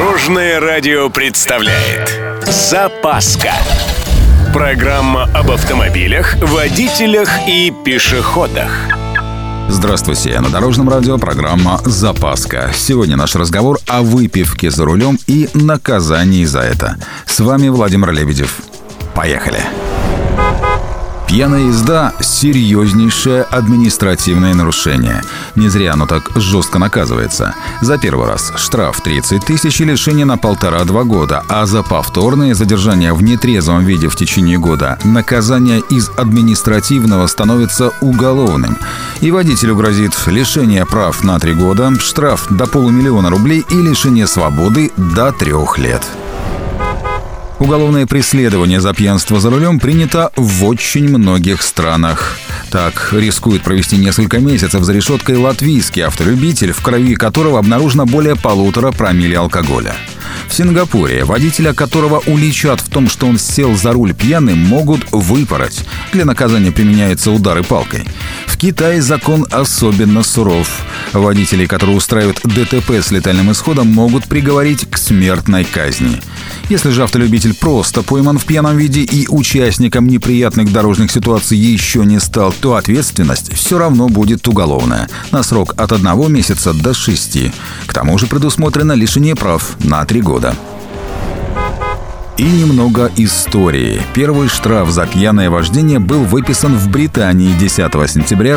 Дорожное радио представляет «Запаска». Программа об автомобилях, водителях и пешеходах. Здравствуйте, на Дорожном радио программа «Запаска». Сегодня наш разговор о выпивке за рулем и наказании за это. С вами Владимир Лебедев. Поехали! Пьяная езда – серьезнейшее административное нарушение. Не зря оно так жестко наказывается. За первый раз штраф 30 тысяч и лишение на 1,5-2 года, а за повторное задержание в нетрезвом виде в течение года наказание из административного становится уголовным. И водителю грозит лишение прав на 3 года, штраф до 500 000 рублей и лишение свободы до 3 лет. Уголовное преследование за пьянство за рулем принято в очень многих странах. Так рискует провести несколько месяцев за решеткой латвийский автолюбитель, в крови которого обнаружено более 1,5 промилле алкоголя. В Сингапуре водителя, которого уличат в том, что он сел за руль пьяным, могут выпороть. Для наказания применяются удары палкой. В Китае закон особенно суров. Водителей, которые устраивают ДТП с летальным исходом, могут приговорить к смертной казни. Если же автолюбитель просто пойман в пьяном виде и участником неприятных дорожных ситуаций еще не стал, то ответственность все равно будет уголовная, на срок от 1 месяца до 6. К тому же предусмотрено лишение прав на 3 года. И немного истории. Первый штраф за пьяное вождение был выписан в Британии 10 сентября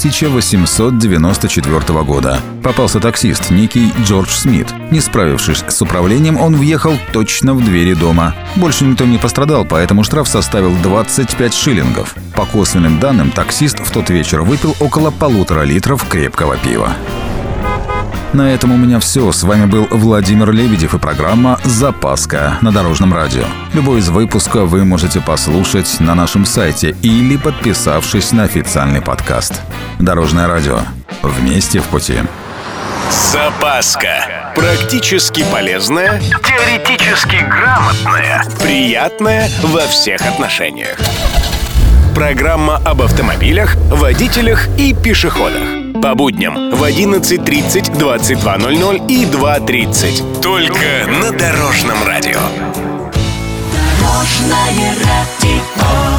1894 года. Попался таксист, некий Джордж Смит. Не справившись с управлением, он въехал точно в двери дома. Больше никто не пострадал, поэтому штраф составил 25 шиллингов. По косвенным данным, таксист в тот вечер выпил около 1,5 литров крепкого пива. На этом у меня все. С вами был Владимир Лебедев и программа «Запаска» на Дорожном радио. Любой из выпусков вы можете послушать на нашем сайте или подписавшись на официальный подкаст. Дорожное радио. Вместе в пути. «Запаска». Практически полезная, теоретически грамотная, приятная во всех отношениях. Программа об автомобилях, водителях и пешеходах. По будням в 11:30, 22:00 и 2:30. Только на Дорожном радио. Дорожное радио.